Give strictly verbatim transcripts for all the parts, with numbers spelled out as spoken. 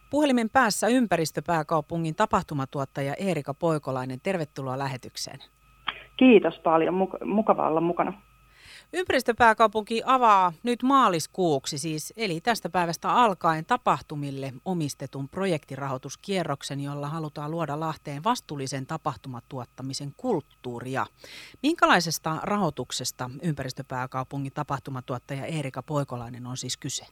Puhelimen päässä ympäristöpääkaupungin tapahtumatuottaja Eerika Poikolainen. Tervetuloa lähetykseen. Kiitos paljon. Mukava olla mukana. Ympäristöpääkaupunki avaa nyt maaliskuuksi siis, eli tästä päivästä alkaen tapahtumille omistetun projektirahoituskierroksen, jolla halutaan luoda Lahteen vastuullisen tapahtumatuottamisen kulttuuria. Minkälaisesta rahoituksesta ympäristöpääkaupungin tapahtumatuottaja Eerika Poikolainen on siis kyse?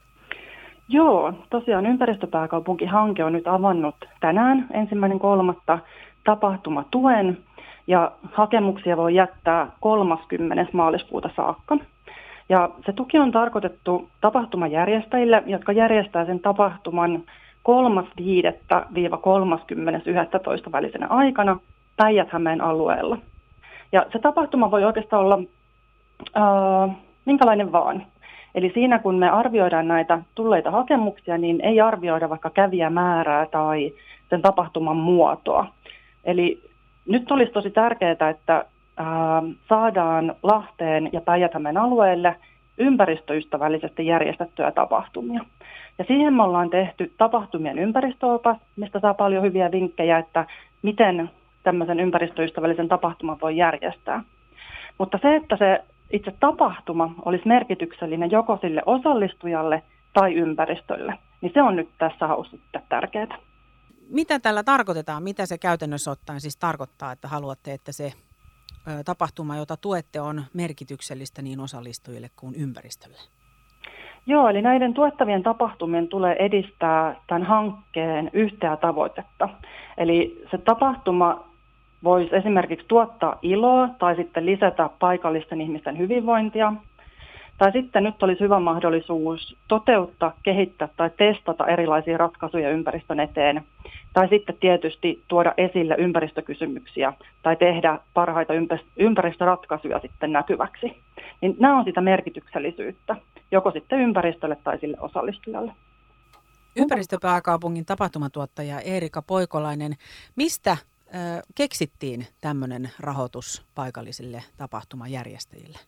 Joo, tosiaan ympäristöpääkaupunkihanke on nyt avannut tänään ensimmäinen kolmatta tapahtumatuen. Ja hakemuksia voi jättää kolmaskymmenes maaliskuuta saakka. Ja se tuki on tarkoitettu tapahtumajärjestäjille, jotka järjestää sen tapahtuman kolmas viidettä kolmaskymmenes yhdettätoista välisenä aikana Päijät-Hämeen alueella. Ja se tapahtuma voi oikeastaan olla äh, minkälainen vaan. Eli siinä kun me arvioidaan näitä tulleita hakemuksia, niin ei arvioida vaikka kävijämäärää tai sen tapahtuman muotoa. Eli nyt olisi tosi tärkeää, että ää, saadaan Lahteen ja Päijät-Hämeen alueelle ympäristöystävällisesti järjestettyjä tapahtumia. Ja siihen me ollaan tehty tapahtumien ympäristöopas, mistä saa paljon hyviä vinkkejä, että miten tämmöisen ympäristöystävällisen tapahtuman voi järjestää. Mutta se, että se itse tapahtuma olisi merkityksellinen joko sille osallistujalle tai ympäristölle, niin se on nyt tässä haussa tärkeää. Mitä tällä tarkoitetaan? Mitä se käytännössä ottaen siis tarkoittaa, että haluatte, että se ö, tapahtuma, jota tuette, on merkityksellistä niin osallistujille kuin ympäristölle? Joo, eli näiden tuettavien tapahtumien tulee edistää tämän hankkeen yhteää tavoitetta. Eli se tapahtuma voisi esimerkiksi tuottaa iloa tai sitten lisätä paikallisten ihmisten hyvinvointia. Tai sitten nyt olisi hyvä mahdollisuus toteuttaa, kehittää tai testata erilaisia ratkaisuja ympäristön eteen. Tai sitten tietysti tuoda esille ympäristökysymyksiä tai tehdä parhaita ympäristöratkaisuja sitten näkyväksi. Niin nämä on sitä merkityksellisyyttä, joko sitten ympäristölle tai sille osallistujalle. Ympäristöpääkaupungin tapahtumatuottaja Eerika Poikolainen, mistä ö, keksittiin tämmöinen rahoitus paikallisille tapahtumajärjestäjille?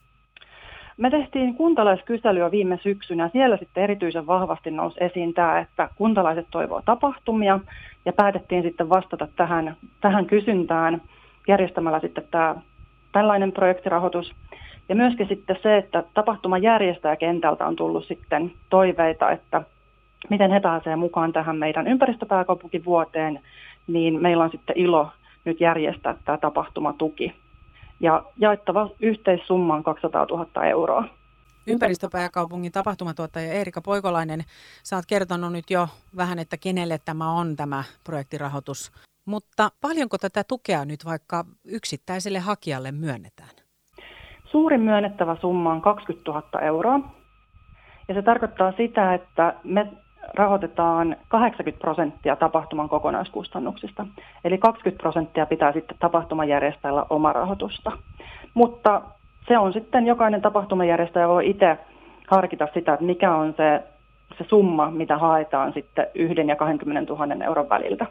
Me tehtiin kuntalaiskyselyä viime syksynä. Siellä sitten erityisen vahvasti nousi esiin tämä, että kuntalaiset toivoo tapahtumia ja päätettiin sitten vastata tähän, tähän kysyntään järjestämällä sitten tämä, tällainen projektirahoitus. Ja myöskin sitten se, että tapahtumajärjestäjäkentältä on tullut sitten toiveita, että miten he pääsevät mukaan tähän meidän ympäristöpääkaupunkivuoteen, niin meillä on sitten ilo nyt järjestää tämä tapahtumatuki. Ja jaettava yhteissumma on kaksisataatuhatta euroa. Ympäristöpääkaupungin tapahtumatuottaja Eerika Poikolainen, sä oot kertonut nyt jo vähän, että kenelle tämä on tämä projektirahoitus. Mutta paljonko tätä tukea nyt vaikka yksittäiselle hakijalle myönnetään? Suurin myönnettävä summa on kaksikymmentätuhatta euroa. Ja se tarkoittaa sitä, että me rahoitetaan kahdeksankymmentä prosenttia tapahtuman kokonaiskustannuksista. Eli kaksikymmentä prosenttia pitää sitten tapahtumajärjestäjällä oma rahoitusta. Mutta se on sitten, jokainen tapahtumajärjestäjä voi itse harkita sitä, että mikä on se, se summa, mitä haetaan sitten yhden ja kaksikymmentätuhatta euron väliltä.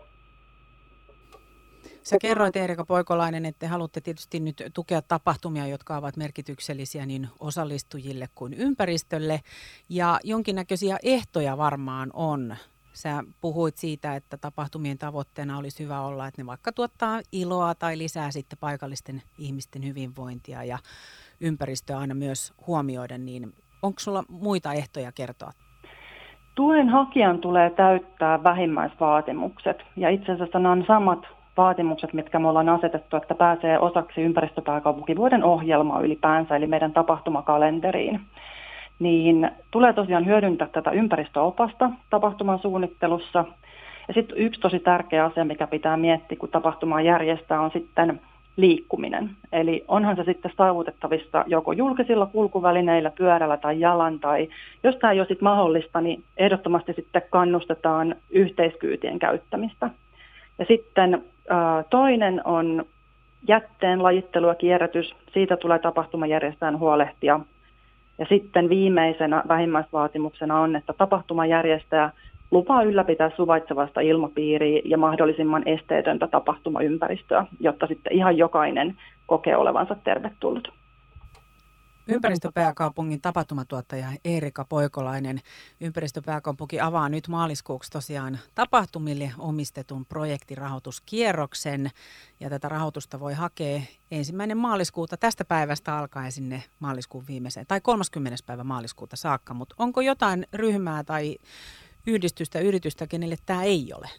Sä kerroit, Eerika Poikolainen, että te haluatte tietysti nyt tukea tapahtumia, jotka ovat merkityksellisiä niin osallistujille kuin ympäristölle. Ja jonkinnäköisiä ehtoja varmaan on. Sä puhuit siitä, että tapahtumien tavoitteena olisi hyvä olla, että ne vaikka tuottaa iloa tai lisää sitten paikallisten ihmisten hyvinvointia ja ympäristöä aina myös huomioida. Niin onko sulla muita ehtoja kertoa? Tuen hakijan tulee täyttää vähimmäisvaatimukset ja itse asiassa nämä on samat vaatimukset, mitkä me ollaan asetettu, että pääsee osaksi ympäristöpääkaupunkivuoden ohjelmaa ylipäänsä, eli meidän tapahtumakalenteriin. Niin tulee tosiaan hyödyntää tätä ympäristöopasta tapahtuman suunnittelussa. Ja sitten yksi tosi tärkeä asia, mikä pitää miettiä, kun tapahtumaa järjestää, on sitten liikkuminen. Eli onhan se sitten saavutettavissa joko julkisilla kulkuvälineillä, pyörällä tai jalan, tai jos tämä ei ole sitten mahdollista, niin ehdottomasti sitten kannustetaan yhteiskyytien käyttämistä. Ja sitten toinen on jätteen lajittelu ja kierrätys. Siitä tulee tapahtumajärjestäjän huolehtia. Ja sitten viimeisenä vähimmäisvaatimuksena on, että tapahtumajärjestäjä lupaa ylläpitää suvaitsevasta ilmapiiriä ja mahdollisimman esteetöntä tapahtumaympäristöä, jotta sitten ihan jokainen kokee olevansa tervetullut. Ympäristöpääkaupungin tapahtumatuottaja Eerika Poikolainen. Ympäristöpääkaupunki avaa nyt maaliskuuksi tosiaan tapahtumille omistetun projektirahoituskierroksen. Ja tätä rahoitusta voi hakea ensimmäinen maaliskuuta tästä päivästä alkaen sinne maaliskuun viimeiseen tai kolmaskymmenes päivä maaliskuuta saakka. Mutta onko jotain ryhmää tai yhdistystä, yritystä, kenelle tämä ei ole?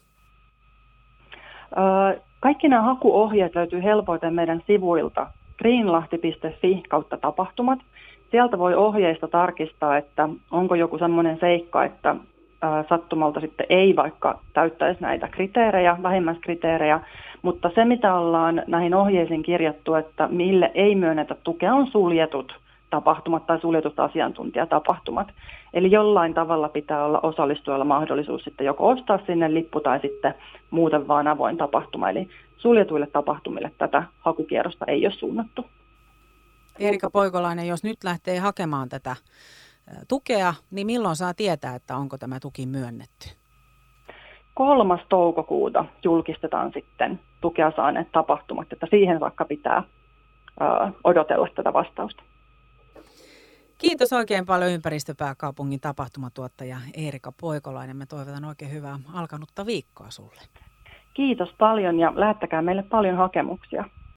Kaikki nämä hakuohjeet löytyy helpoiten meidän sivuilta greenlahti piste fi kautta tapahtumat. Sieltä voi ohjeista tarkistaa, että onko joku sellainen seikka, että sattumalta sitten ei vaikka täyttäisi näitä kriteerejä, vähimmäiskriteerejä, mutta se mitä ollaan näihin ohjeisiin kirjattu, että mille ei myönnetä tukea, on suljetut tapahtumat tai suljetut asiantuntijatapahtumat. Eli jollain tavalla pitää olla osallistujalla mahdollisuus sitten joko ostaa sinne lippu tai sitten muuten vaan avoin tapahtuma. Eli suljetuille tapahtumille tätä hakukierrosta ei ole suunnattu. Eerika Poikolainen, jos nyt lähtee hakemaan tätä tukea, niin milloin saa tietää, että onko tämä tuki myönnetty? kolmas toukokuuta julkistetaan sitten tukea saaneet tapahtumat, että siihen vaikka pitää odotella tätä vastausta. Kiitos oikein paljon Ympäristöpääkaupungin tapahtumatuottaja Eerika Poikolainen. Me toivotan oikein hyvää alkanutta viikkoa sulle. Kiitos paljon ja lähettäkää meille paljon hakemuksia.